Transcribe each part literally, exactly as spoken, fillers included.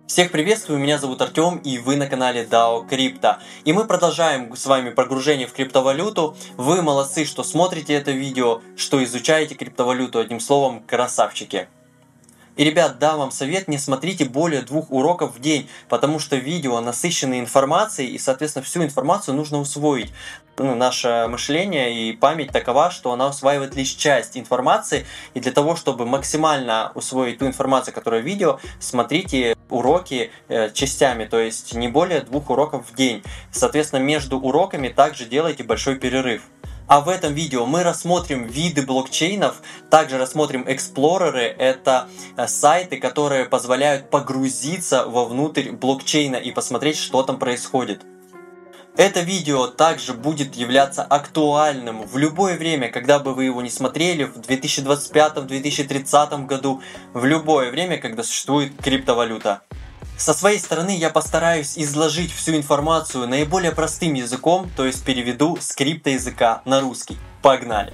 Всех приветствую, меня зовут Артем, и вы на канале дао Крипто. И мы продолжаем с вами погружение в криптовалюту. Вы молодцы, что смотрите это видео, что изучаете криптовалюту, одним словом, красавчики. И, ребят, дам вам совет, не смотрите более двух уроков в день, потому что видео насыщены информацией, и, соответственно, всю информацию нужно усвоить. Ну, наше мышление и память такова, что она усваивает лишь часть информации, и для того, чтобы максимально усвоить ту информацию, которая в видео, смотрите уроки э, частями, то есть не более двух уроков в день. Соответственно, между уроками также делайте большой перерыв. А в этом видео мы рассмотрим виды блокчейнов, также рассмотрим эксплореры, это сайты, которые позволяют погрузиться вовнутрь блокчейна и посмотреть, что там происходит. Это видео также будет являться актуальным в любое время, когда бы вы его не смотрели, в две тысячи двадцать пятом — две тысячи тридцатом году, в любое время, когда существует криптовалюта. Со своей стороны я постараюсь изложить всю информацию наиболее простым языком, то есть переведу с криптоязыка на русский. Погнали!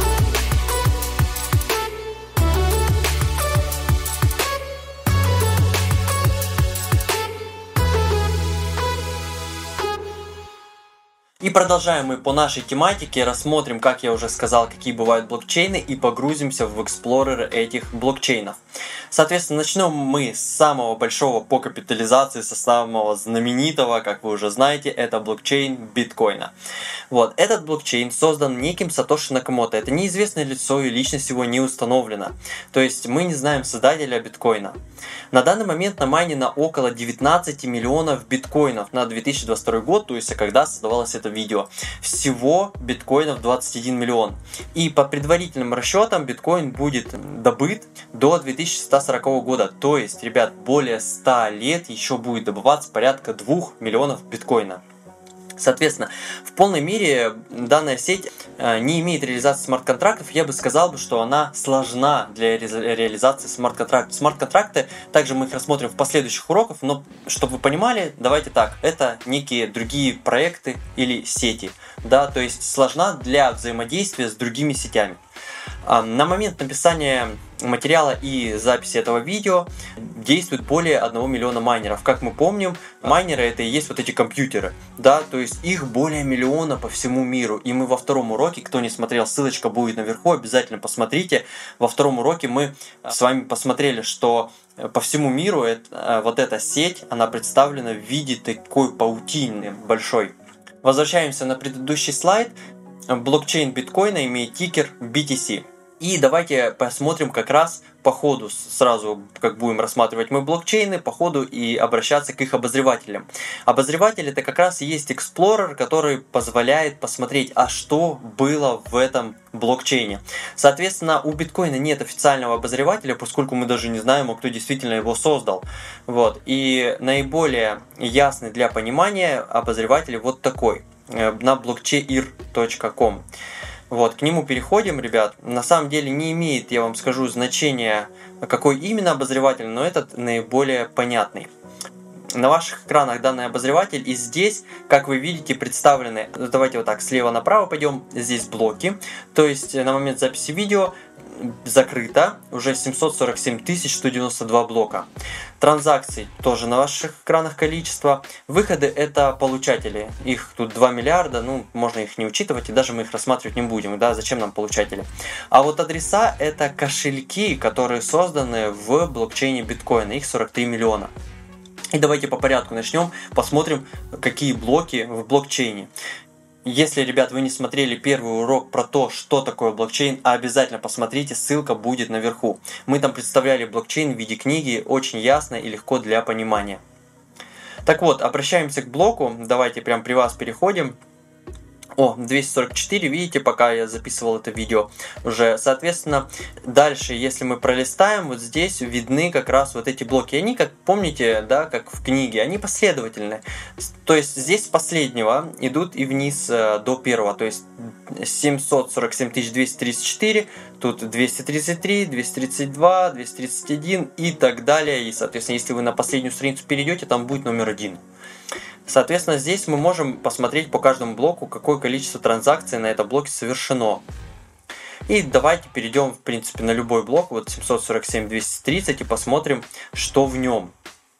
И продолжаем мы по нашей тематике, рассмотрим, как я уже сказал, какие бывают блокчейны, и погрузимся в эксплореры этих блокчейнов. Соответственно, начнем мы с самого большого по капитализации, со самого знаменитого, как вы уже знаете, это блокчейн биткоина. Вот, этот блокчейн создан неким Сатоши Накамото. Это неизвестное лицо, и личность его не установлена. То есть мы не знаем создателя биткоина. На данный момент намайнено около девятнадцати миллионов биткоинов на две тысячи двадцать второй год, то есть когда создавалось это видео. Всего биткоинов двадцать один миллион. И по предварительным расчетам биткоин будет добыт до две тысячи ста сорокового года. То есть, ребят, более ста лет еще будет добываться порядка двух миллионов биткоина. Соответственно, в полной мере данная сеть не имеет реализации смарт-контрактов. Я бы сказал, что она сложна для реализации смарт-контрактов. Смарт-контракты, также мы их рассмотрим в последующих уроках, но чтобы вы понимали, давайте так, это некие другие проекты или сети, да, то есть сложна для взаимодействия с другими сетями. На момент написания материала и записи этого видео действует более одного миллиона майнеров. Как мы помним, майнеры это и есть вот эти компьютеры, да, то есть их более миллиона по всему миру. И мы во втором уроке, кто не смотрел, ссылочка будет наверху, обязательно посмотрите. Во втором уроке мы с вами посмотрели, что по всему миру это, вот эта сеть, она представлена в виде такой паутины большой. Возвращаемся на предыдущий слайд. Блокчейн биткоина имеет тикер би ти си. И давайте посмотрим как раз по ходу, сразу как будем рассматривать мы блокчейны, по ходу и обращаться к их обозревателям. Обозреватель это как раз и есть эксплорер, который позволяет посмотреть, а что было в этом блокчейне. Соответственно, у биткоина нет официального обозревателя, поскольку мы даже не знаем, кто действительно его создал. Вот. И наиболее ясный для понимания обозреватель вот такой, на блокчейн точка ком. Вот, к нему переходим, ребят. На самом деле не имеет, я вам скажу, значения, какой именно обозреватель, но этот наиболее понятный. На ваших экранах данный обозреватель, и здесь, как вы видите, представлены, давайте вот так, слева направо пойдем, здесь блоки, то есть на момент записи видео закрыто уже семьсот сорок семь тысяч сто девяносто два блока. Транзакций тоже на ваших экранах количество. Выходы это получатели. Их тут два миллиарда, ну можно их не учитывать, и даже мы их рассматривать не будем. Да, зачем нам получатели? А вот адреса это кошельки, которые созданы в блокчейне биткоина. Их сорок три миллиона. И давайте по порядку начнем, посмотрим, какие блоки в блокчейне. Если, ребят, вы не смотрели первый урок про то, что такое блокчейн, обязательно посмотрите, ссылка будет наверху. Мы там представляли блокчейн в виде книги, очень ясно и легко для понимания. Так вот, обращаемся к блоку, давайте прям при вас переходим. О, двести сорок четыре, видите, пока я записывал это видео уже. Соответственно, дальше, если мы пролистаем, вот здесь видны как раз вот эти блоки. Они, как помните, да, как в книге, они последовательны. То есть здесь с последнего идут и вниз до первого. То есть семьсот сорок семь тысяч двести тридцать четыре, тут двести тридцать три, двести тридцать два, двести тридцать один и так далее. И, соответственно, если вы на последнюю страницу перейдете, там будет номер один. Соответственно, здесь мы можем посмотреть по каждому блоку, какое количество транзакций на этом блоке совершено. И давайте перейдем, в принципе, на любой блок, вот семьсот сорок семь двести тридцать, и посмотрим, что в нем.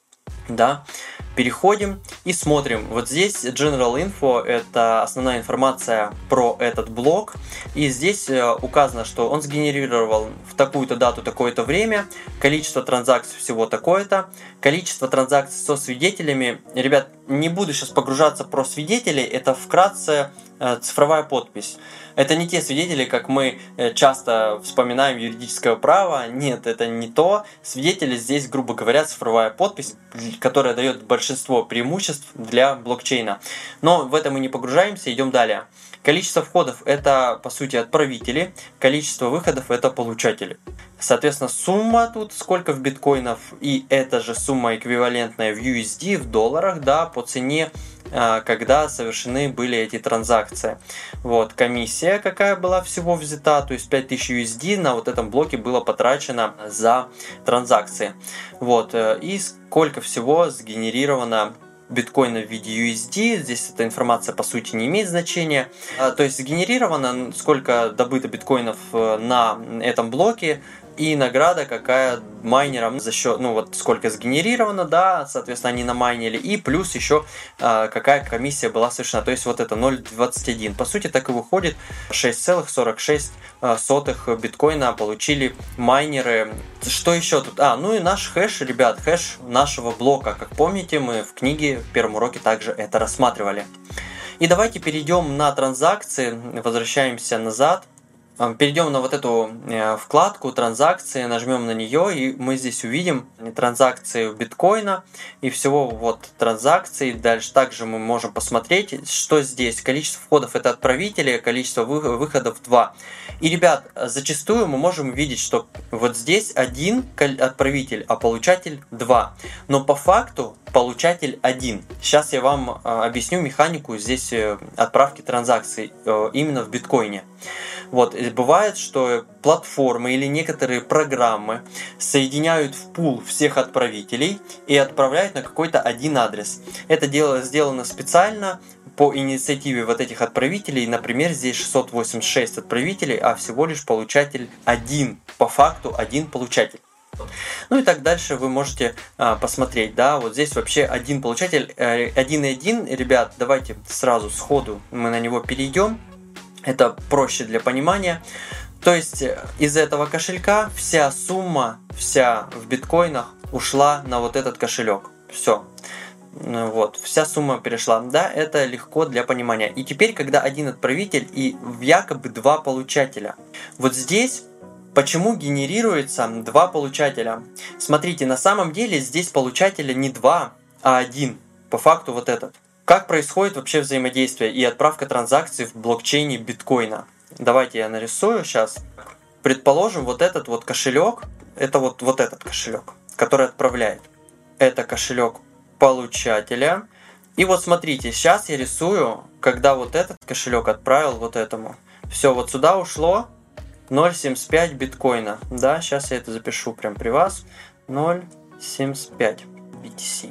Да. Переходим и смотрим. Вот здесь General Info – это основная информация про этот блок. И здесь указано, что он сгенерировал в такую-то дату, такое-то время, количество транзакций всего такое-то, количество транзакций со свидетелями. Ребят, не буду сейчас погружаться про свидетелей, это вкратце цифровая подпись. Это не те свидетели, как мы часто вспоминаем юридическое право. Нет, это не то. Свидетели здесь, грубо говоря, цифровая подпись, которая дает большинство преимуществ для блокчейна. Но в это мы не погружаемся, идем далее. Количество входов – это, по сути, отправители, количество выходов – это получатели. Соответственно, сумма тут сколько в биткоинов, и эта же сумма эквивалентная в ю эс ди, в долларах, да, по цене, когда совершены были эти транзакции. Вот, комиссия какая была всего взята, то есть пять тысяч ю эс ди на вот этом блоке было потрачено за транзакции. Вот, и сколько всего сгенерировано биткоина в виде ю эс ди, здесь эта информация по сути не имеет значения. То есть сгенерировано, сколько добыто биткоинов на этом блоке, и награда какая майнерам за счет, ну вот сколько сгенерировано, да, соответственно они намайнили, и плюс еще а, какая комиссия была совершена, то есть вот это ноль целых двадцать один. По сути так и выходит, шесть целых сорок шесть сотых биткоина получили майнеры. Что еще тут? А, ну и наш хэш, ребят, хэш нашего блока. Как помните, мы в книге в первом уроке также это рассматривали. И давайте перейдем на транзакции, возвращаемся назад. Перейдем на вот эту вкладку транзакции, нажмем на нее, и мы здесь увидим транзакции биткоина и всего вот транзакций. Дальше также мы можем посмотреть, что здесь. Количество входов это отправители, количество выходов два. И, ребят, зачастую мы можем видеть, что вот здесь один отправитель, а получатель два. Но по факту получатель один. Сейчас я вам объясню механику здесь отправки транзакций именно в биткоине. Вот, бывает, что платформы или некоторые программы соединяют в пул всех отправителей и отправляют на какой-то один адрес. Это дело сделано специально по инициативе вот этих отправителей. Например, здесь шестьсот восемьдесят шесть отправителей, а всего лишь получатель один. По факту один получатель. Ну и так дальше вы можете а, посмотреть, да, вот здесь вообще один получатель, один и один, ребят, давайте сразу сходу мы на него перейдем. Это проще для понимания. То есть из этого кошелька вся сумма, вся в биткоинах ушла на вот этот кошелек. Все. Вот, вся сумма перешла. Да, это легко для понимания. И теперь, когда один отправитель и якобы два получателя. Вот здесь почему генерируется два получателя? Смотрите, на самом деле здесь получателя не два, а один. По факту вот этот. Как происходит вообще взаимодействие и отправка транзакций в блокчейне биткоина? Давайте я нарисую сейчас. Предположим, вот этот вот кошелек, это вот, вот этот кошелек, который отправляет. Это кошелек получателя. И вот смотрите, сейчас я рисую, когда вот этот кошелек отправил вот этому. Все, вот сюда ушло ноль целых семьдесят пять биткоина. Да, сейчас я это запишу прям при вас. ноль целых семьдесят пять би ти си.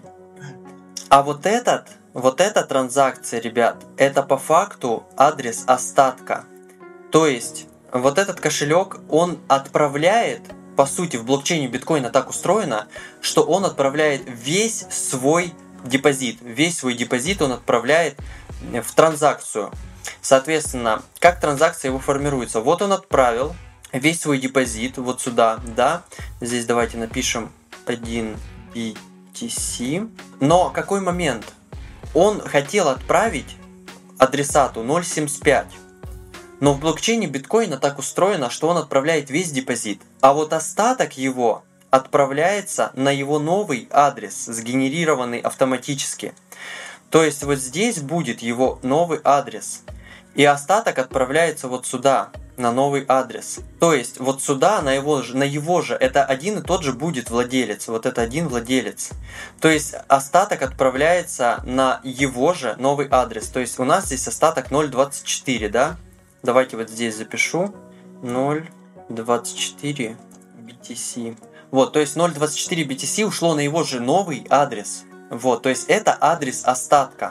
А вот этот... Вот эта транзакция, ребят, это по факту адрес остатка. То есть, вот этот кошелек, он отправляет, по сути, в блокчейне биткоина так устроено, что он отправляет весь свой депозит. Весь свой депозит он отправляет в транзакцию. Соответственно, как транзакция его формируется? Вот он отправил весь свой депозит вот сюда, да. Здесь давайте напишем один би ти си. Но какой момент? Он хотел отправить адресату ноль целых семьдесят пять. Но в блокчейне биткоина так устроено, что он отправляет весь депозит. А вот остаток его отправляется на его новый адрес, сгенерированный автоматически. То есть вот здесь будет его новый адрес. И остаток отправляется вот сюда, на новый адрес. То есть вот сюда, на его, на его же, это один и тот же будет владелец. Вот это один владелец. То есть остаток отправляется на его же новый адрес. То есть у нас здесь остаток ноль целых двадцать четыре, да? Давайте вот здесь запишу. ноль целых двадцать четыре би ти си. Вот, то есть ноль целых двадцать четыре би ти си ушло на его же новый адрес. Вот, то есть это адрес остатка.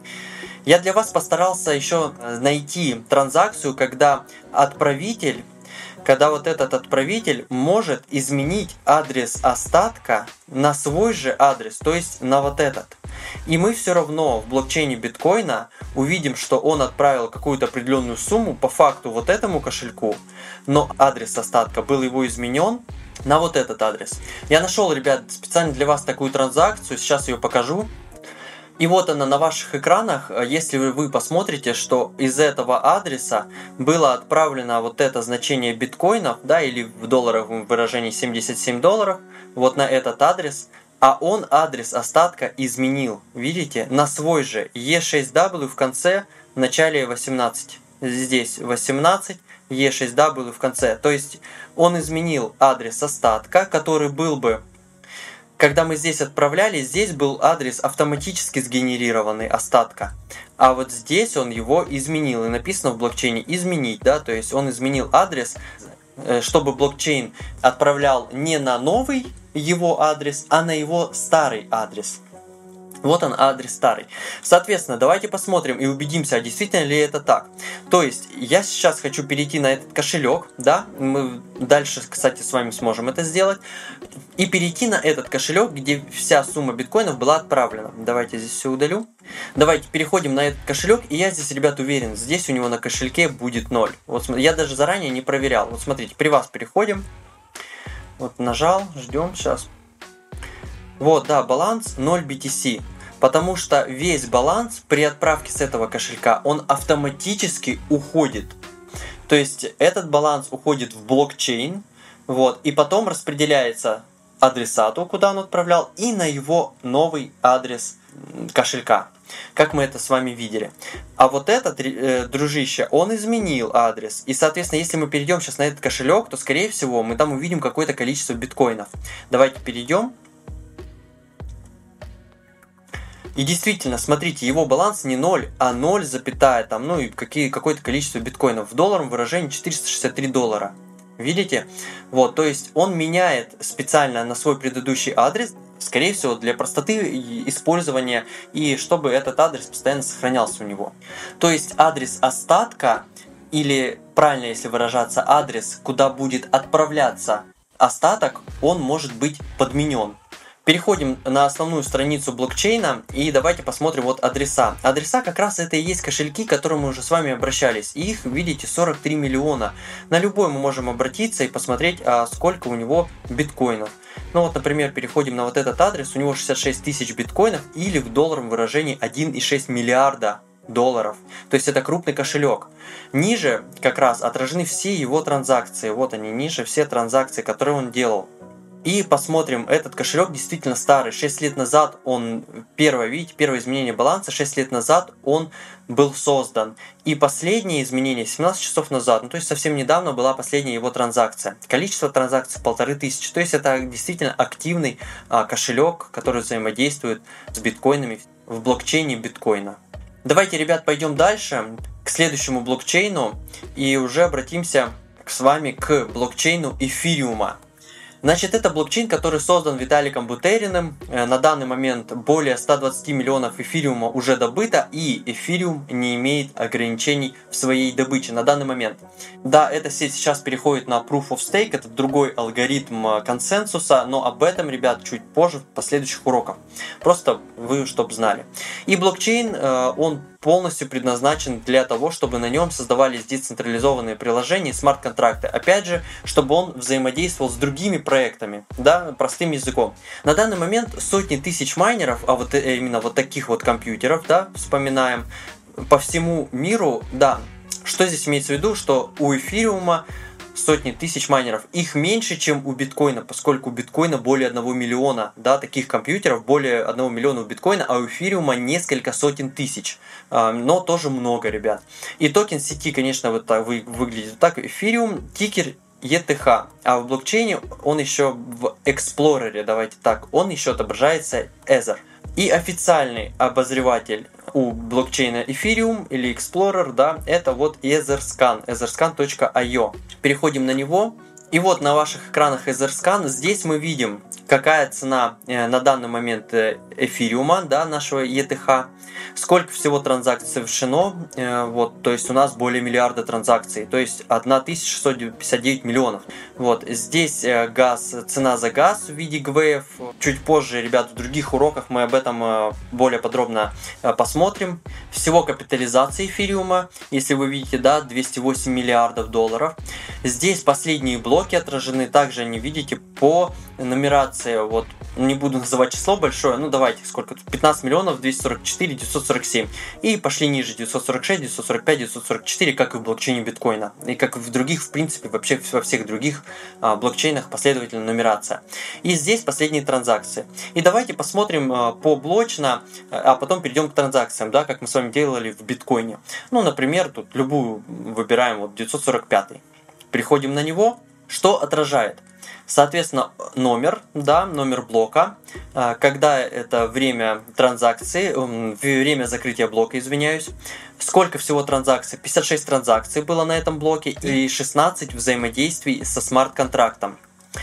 Я для вас постарался еще найти транзакцию, когда отправитель, когда вот этот отправитель может изменить адрес остатка на свой же адрес, то есть на вот этот. И мы все равно в блокчейне биткоина увидим, что он отправил какую-то определенную сумму по факту вот этому кошельку, но адрес остатка был его изменен на вот этот адрес. Я нашел, ребят, специально для вас такую транзакцию, сейчас ее покажу. И вот она на ваших экранах, если вы посмотрите, что из этого адреса было отправлено вот это значение биткоинов, да, или в долларовом выражении семьдесят семь долларов, вот на этот адрес, а он адрес остатка изменил, видите, на свой же и шесть дабл ю в конце, в начале восемнадцать. Здесь восемнадцать, и шесть дабл ю в конце. То есть он изменил адрес остатка, который был бы, когда мы здесь отправляли, здесь был адрес автоматически сгенерированный остатка. А вот здесь он его изменил. И написано в блокчейне «изменить», да, то есть он изменил адрес, чтобы блокчейн отправлял не на новый его адрес, а на его старый адрес. Вот он, адрес старый. Соответственно, давайте посмотрим и убедимся, а действительно ли это так. То есть, я сейчас хочу перейти на этот кошелек, да, мы дальше, кстати, с вами сможем это сделать, и перейти на этот кошелек, где вся сумма биткоинов была отправлена. Давайте здесь все удалю. Давайте переходим на этот кошелек, и я здесь, ребят, уверен, здесь у него на кошельке будет ноль. Вот я даже заранее не проверял. Вот смотрите, при вас переходим. Вот нажал, ждем, сейчас. Вот, да, баланс ноль би ти си, потому что весь баланс при отправке с этого кошелька, он автоматически уходит. То есть этот баланс уходит в блокчейн, вот, и потом распределяется адресату, куда он отправлял, и на его новый адрес кошелька, как мы это с вами видели. А вот этот, э, дружище, он изменил адрес. И, соответственно, если мы перейдем сейчас на этот кошелек, то, скорее всего, мы там увидим какое-то количество биткоинов. Давайте перейдем. И действительно, смотрите, его баланс не ноль, а ноль, там, ну и какие, какое-то количество биткоинов. В долларовом выражении четыреста шестьдесят три доллара. Видите? Вот, то есть он меняет специально на свой предыдущий адрес, скорее всего, для простоты использования и чтобы этот адрес постоянно сохранялся у него. То есть адрес остатка, или правильно, если выражаться, адрес, куда будет отправляться остаток, он может быть подменен. Переходим на основную страницу блокчейна и давайте посмотрим вот адреса. Адреса как раз это и есть кошельки, к которым мы уже с вами обращались. И их, видите, сорок три миллиона. На любой мы можем обратиться и посмотреть, а сколько у него биткоинов. Ну вот, например, переходим на вот этот адрес, у него шестьдесят шесть тысяч биткоинов или в долларовом выражении один и шесть миллиарда долларов. То есть это крупный кошелек. Ниже как раз отражены все его транзакции. Вот они, ниже все транзакции, которые он делал. И посмотрим, этот кошелек действительно старый. шесть лет назад он, первое, видите, первое изменение баланса, шесть лет назад он был создан. И последнее изменение семнадцать часов назад, ну то есть совсем недавно была последняя его транзакция. Количество транзакций полторы тысячи. То есть это действительно активный а, кошелек, который взаимодействует с биткоинами в блокчейне биткоина. Давайте, ребят, пойдем дальше к следующему блокчейну и уже обратимся с вами к блокчейну эфириума. Значит, это блокчейн, который создан Виталиком Бутериным. На данный момент более ста двадцати миллионов эфириума уже добыто, и эфириум не имеет ограничений в своей добыче на данный момент. Да, эта сеть сейчас переходит на Proof of Stake, это другой алгоритм консенсуса, но об этом, ребят, чуть позже в последующих уроках. Просто вы, чтобы знали. И блокчейн, он полностью предназначен для того, чтобы на нем создавались децентрализованные приложения и смарт-контракты. Опять же, чтобы он взаимодействовал с другими проектами, да, простым языком. На данный момент сотни тысяч майнеров, а вот именно вот таких вот компьютеров, да, вспоминаем, по всему миру, да. Что здесь имеется в виду, что у эфириума сотни тысяч майнеров, их меньше, чем у биткоина, поскольку у биткоина более одного миллиона, да, таких компьютеров, более одного миллиона у биткоина, а у эфириума несколько сотен тысяч, но тоже много, ребят. И токен сети, конечно, вот так выглядит вот так, эфириум, тикер и ти эйч, а в блокчейне он еще в Explorer, давайте так, он еще отображается Ether. И официальный обозреватель у блокчейна Ethereum или Explorer, да, это вот Etherscan, etherscan точка ай о. Переходим на него. И вот на ваших экранах Etherscan, здесь мы видим какая цена на данный момент эфириума, да, нашего и ти эйч, сколько всего транзакций совершено, вот, то есть у нас более миллиарда транзакций, то есть тысяча шестьсот пятьдесят девять миллионов. Вот, здесь газ, цена за газ в виде гвеев. Чуть позже, ребят, в других уроках мы об этом более подробно посмотрим. Всего капитализация эфириума, если вы видите, да, двести восемь миллиардов долларов. Здесь последние блоки отражены, также они видите по нумерации, вот, не буду называть число большое, ну давайте, сколько тут, пятнадцать миллионов двести сорок четыре девятьсот сорок семь, и пошли ниже, девятьсот сорок шесть девятьсот сорок пять девятьсот сорок четыре, как и в блокчейне биткоина, и как и в других, в принципе, вообще во всех других а, блокчейнах последовательная нумерация. И здесь последние транзакции. И давайте посмотрим а, поблочно, а потом перейдем к транзакциям, да, как мы с вами делали в биткоине. Ну, например, тут любую выбираем, вот девятьсот сорок пять. Приходим на него, что отражает? Соответственно, номер, да, номер блока, когда это время транзакции, время закрытия блока, извиняюсь, сколько всего транзакций, пятьдесят шесть транзакций было на этом блоке и шестнадцать взаимодействий со смарт-контрактом.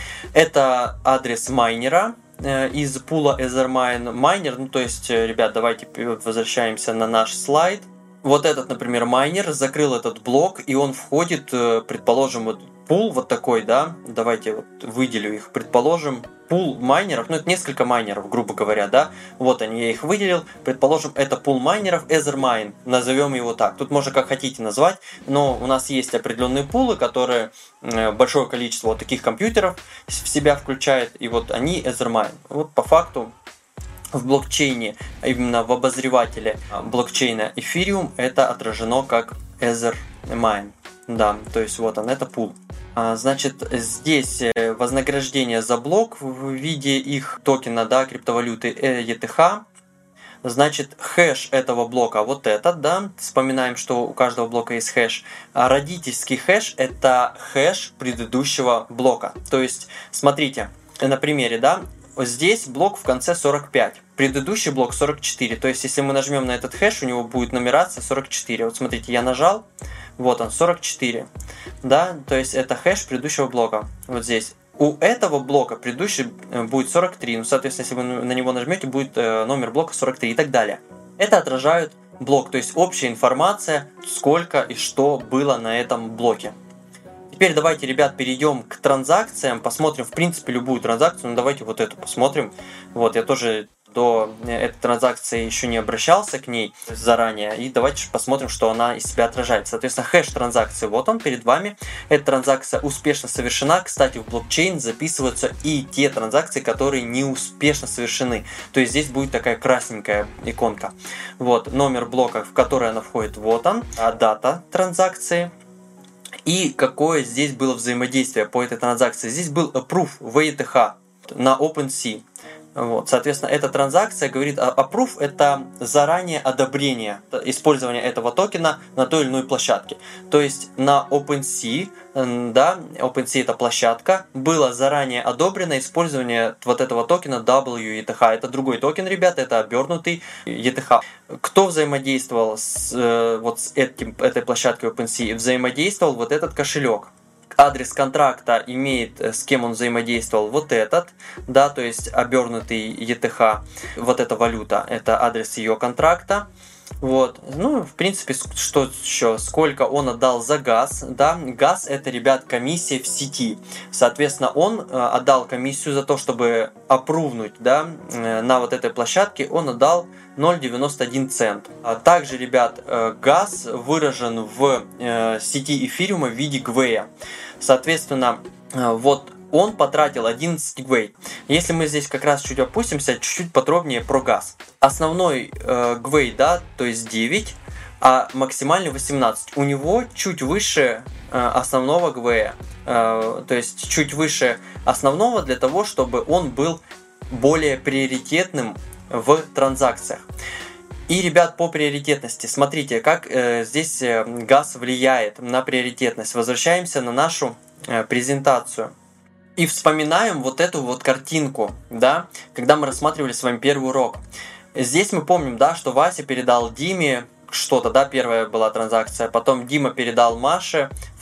Это адрес майнера из пула Ethermine майнер, ну то есть, ребят, давайте возвращаемся на наш слайд. Вот этот, например, майнер закрыл этот блок, и он входит, предположим, вот пул вот такой, да, давайте вот выделю их, предположим, пул майнеров, ну это несколько майнеров, грубо говоря, да, вот они, я их выделил, предположим, это пул майнеров Ethermine, назовем его так, тут можно как хотите назвать, но у нас есть определенные пулы, которые большое количество вот таких компьютеров в себя включает, и вот они Ethermine, вот по факту в блокчейне, именно в обозревателе блокчейна Ethereum это отражено как Ethermine. Да, то есть вот он, это пул. Значит, здесь вознаграждение за блок в виде их токена, да, криптовалюты и ти эйч. Значит, хэш этого блока вот этот, да, вспоминаем, что у каждого блока есть хэш. А родительский хэш это хэш предыдущего блока. То есть, смотрите, на примере, да, здесь блок в конце сорок пять, предыдущий блок сорок четыре. То есть, если мы нажмем на этот хэш, у него будет нумерация сорок четыре. Вот смотрите, я нажал, вот он, сорок четыре. Да, то есть это хэш предыдущего блока. Вот здесь. У этого блока предыдущий будет сорок три. Ну, соответственно, если вы на него нажмете, будет номер блока сорок три и так далее. Это отражает блок, то есть общая информация, сколько и что было на этом блоке. Теперь давайте, ребят, перейдем к транзакциям, посмотрим, в принципе, любую транзакцию, ну давайте вот эту посмотрим. Вот, я тоже до этой транзакции еще не обращался к ней заранее, и давайте посмотрим, что она из себя отражает. Соответственно, хэш транзакции, вот он перед вами. Эта транзакция успешно совершена. Кстати, в блокчейн записываются и те транзакции, которые не успешно совершены. То есть здесь будет такая красненькая иконка. Вот, номер блока, в который она входит, вот он, а дата транзакции. И какое здесь было взаимодействие по этой транзакции. Здесь был approve в и ти эйч на OpenSea. Вот, соответственно, эта транзакция говорит, approve – это заранее одобрение использования этого токена на той или иной площадке. То есть на OpenSea, да, OpenSea – это площадка, было заранее одобрено использование вот этого токена дабл ю и ти эйч. Это другой токен, ребята, это обернутый и ти эйч. Кто взаимодействовал с, вот с этим, этой площадкой OpenSea? Взаимодействовал вот этот кошелек. Адрес контракта имеет, с кем он взаимодействовал, вот этот, да, то есть обернутый и ти эйч, вот эта валюта, это адрес ее контракта. Вот, ну, в принципе, что еще, сколько он отдал за газ, да, газ это, ребят, комиссия в сети, соответственно, он отдал комиссию за то, чтобы опрувнуть, да, на вот этой площадке, он отдал ноль целых девяносто один цент. А также, ребят, газ выражен в сети эфириума в виде гвея, соответственно, вот, он потратил одиннадцать гвей. Если мы здесь как раз чуть опустимся, чуть-чуть подробнее про газ. Основной э, гвей, да, то есть девять, а максимальный восемнадцать. У него чуть выше э, основного гвея, э, то есть чуть выше основного для того, чтобы он был более приоритетным в транзакциях. И, ребят, по приоритетности, смотрите, как э, здесь э, газ влияет на приоритетность. Возвращаемся на нашу э, презентацию. И вспоминаем вот эту вот картинку, да, когда мы рассматривали с вами первый урок. Здесь мы помним, да, что Вася передал Диме что-то, да, первая была транзакция, потом Дима передал Маше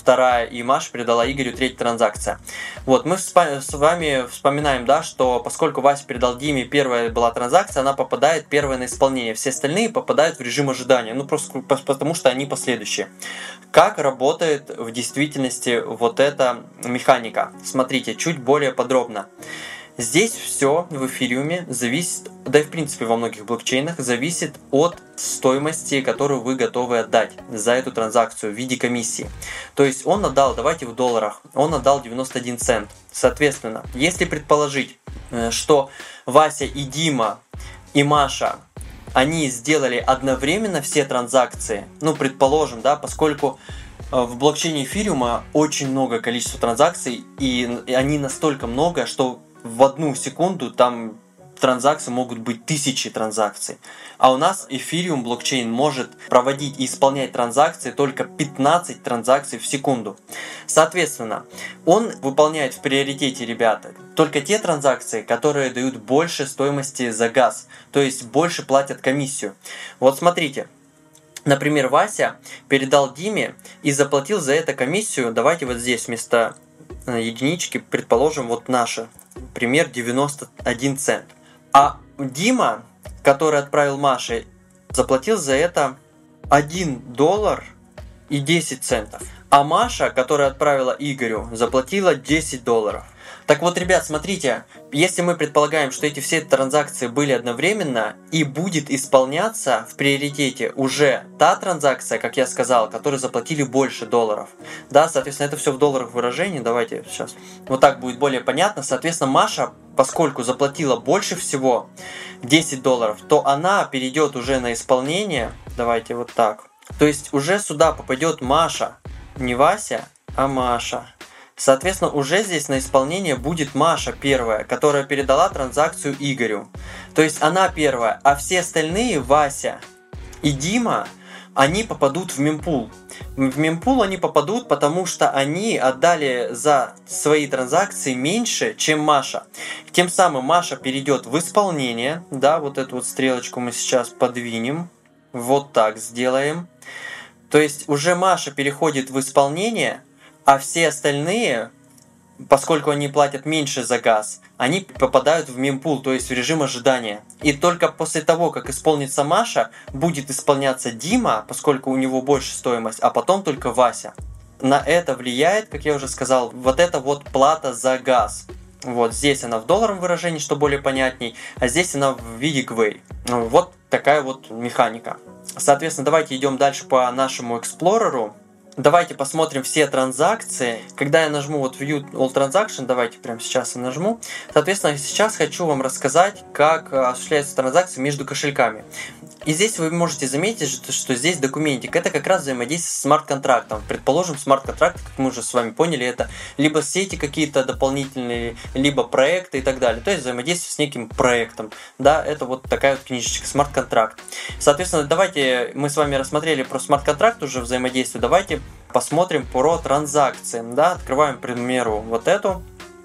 вторая, и Маша передала Игорю третья транзакция. Вот, мы с вами вспоминаем, да, что поскольку Вася передал Диме первая была транзакция, она попадает первая на исполнение, все остальные попадают в режим ожидания, ну просто потому что они последующие. Как работает в действительности вот эта механика? Смотрите, чуть более подробно. Здесь все в эфириуме зависит, да и в принципе во многих блокчейнах, зависит от стоимости, которую вы готовы отдать за эту транзакцию в виде комиссии. То есть он отдал, давайте в долларах, он отдал девяносто один цент. Соответственно, если предположить, что Вася и Дима и Маша, они сделали одновременно все транзакции, ну предположим, да, поскольку в блокчейне эфириума очень много количества транзакций, и они настолько много, что в одну секунду там транзакции могут быть тысячи транзакций. А у нас эфириум блокчейн может проводить и исполнять транзакции только пятнадцать транзакций в секунду. Соответственно, он выполняет в приоритете, ребята, только те транзакции, которые дают больше стоимости за газ, то есть больше платят комиссию. Вот смотрите. Например, Вася передал Диме и заплатил за это комиссию, давайте вот здесь вместо единички, предположим, вот наша, пример девяносто один цент. А Дима, который отправил Маше, заплатил за это один доллар и десять центов. А Маша, которая отправила Игорю, заплатила десять долларов. Так вот, ребят, смотрите, если мы предполагаем, что эти все транзакции были одновременно и будет исполняться в приоритете уже та транзакция, как я сказал, которой заплатили больше долларов, да, соответственно, это все в долларах выражений, давайте сейчас, вот так будет более понятно, соответственно, Маша, поскольку заплатила больше всего, десять долларов, то она перейдет уже на исполнение, давайте вот так, то есть уже сюда попадет Маша, не Вася, а Маша. Соответственно, уже здесь на исполнение будет Маша первая, которая передала транзакцию Игорю. То есть она первая, а все остальные, Вася и Дима, они попадут в мемпул. В мемпул они попадут, потому что они отдали за свои транзакции меньше, чем Маша. Тем самым Маша перейдет в исполнение. Да, вот эту вот стрелочку мы сейчас подвинем. Вот так сделаем. То есть уже Маша переходит в исполнение, а все остальные, поскольку они платят меньше за газ, они попадают в мемпул, то есть в режим ожидания. И только после того, как исполнится Маша, будет исполняться Дима, поскольку у него больше стоимость, а потом только Вася. На это влияет, как я уже сказал, вот эта вот плата за газ. Вот здесь она в долларовом выражении, что более понятней, а здесь она в виде гвей. Вот такая вот механика. Соответственно, давайте идем дальше по нашему эксплореру. Давайте посмотрим все транзакции. Когда я нажму вот View All Transaction, давайте прямо сейчас я нажму. Соответственно, сейчас хочу вам рассказать, как осуществляются транзакции между кошельками. И здесь вы можете заметить, что, что здесь документик. Это как раз взаимодействие с смарт-контрактом. Предположим, смарт-контракт, как мы уже с вами поняли, это либо сети какие-то дополнительные, либо проекты и так далее. То есть взаимодействие с неким проектом. Да, это вот такая вот книжечка, смарт-контракт. Соответственно, давайте, мы с вами рассмотрели про смарт-контракт уже взаимодействие. Давайте посмотрим про транзакции. Да, открываем, к примеру, вот эту.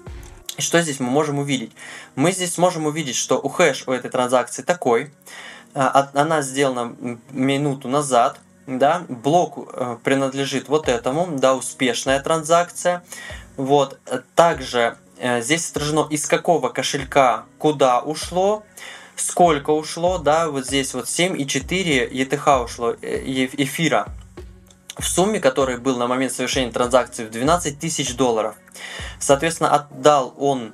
И что здесь мы можем увидеть? Мы здесь можем увидеть, что у хэш у этой транзакции такой. Она сделана минуту назад. Да, блок принадлежит вот этому. Да, успешная транзакция. Вот. Также здесь отражено, из какого кошелька куда ушло, сколько ушло. Да, вот здесь вот семь и четыре и ти эйч ушло, эфира. В сумме, который был на момент совершения транзакции, в двенадцать тысяч долларов. Соответственно, отдал он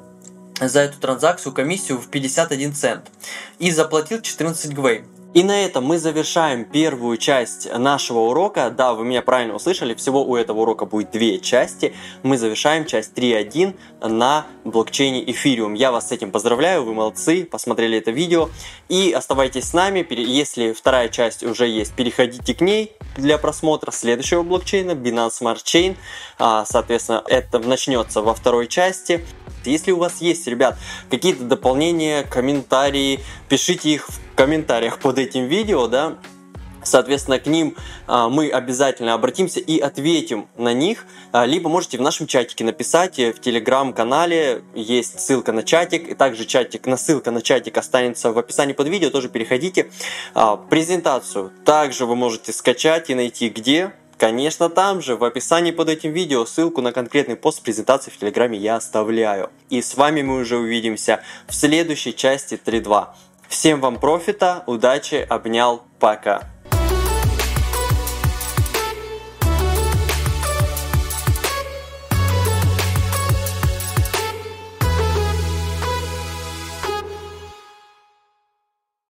за эту транзакцию комиссию в пятьдесят один цент и заплатил четырнадцать гвей. И на этом мы завершаем первую часть нашего урока. Да, вы меня правильно услышали, всего у этого урока будет две части. Мы завершаем часть три точка один на блокчейне Ethereum. Я вас с этим поздравляю, вы молодцы, посмотрели это видео. И оставайтесь с нами, если вторая часть уже есть, переходите к ней для просмотра следующего блокчейна, Binance Smart Chain. Соответственно, это начнется во второй части. Если у вас есть, ребят, какие-то дополнения, комментарии, пишите их в комментариях под этим видео, да. Соответственно, к ним а, мы обязательно обратимся и ответим на них. А, либо можете в нашем чатике написать, в телеграм-канале есть ссылка на чатик, и также чатик, на ссылка на чатик останется в описании под видео, тоже переходите. А, презентацию также вы можете скачать и найти где. Конечно, там же, в описании под этим видео, ссылку на конкретный пост презентации в Телеграме я оставляю. И с вами мы уже увидимся в следующей части три два. Всем вам профита, удачи, обнял, пока.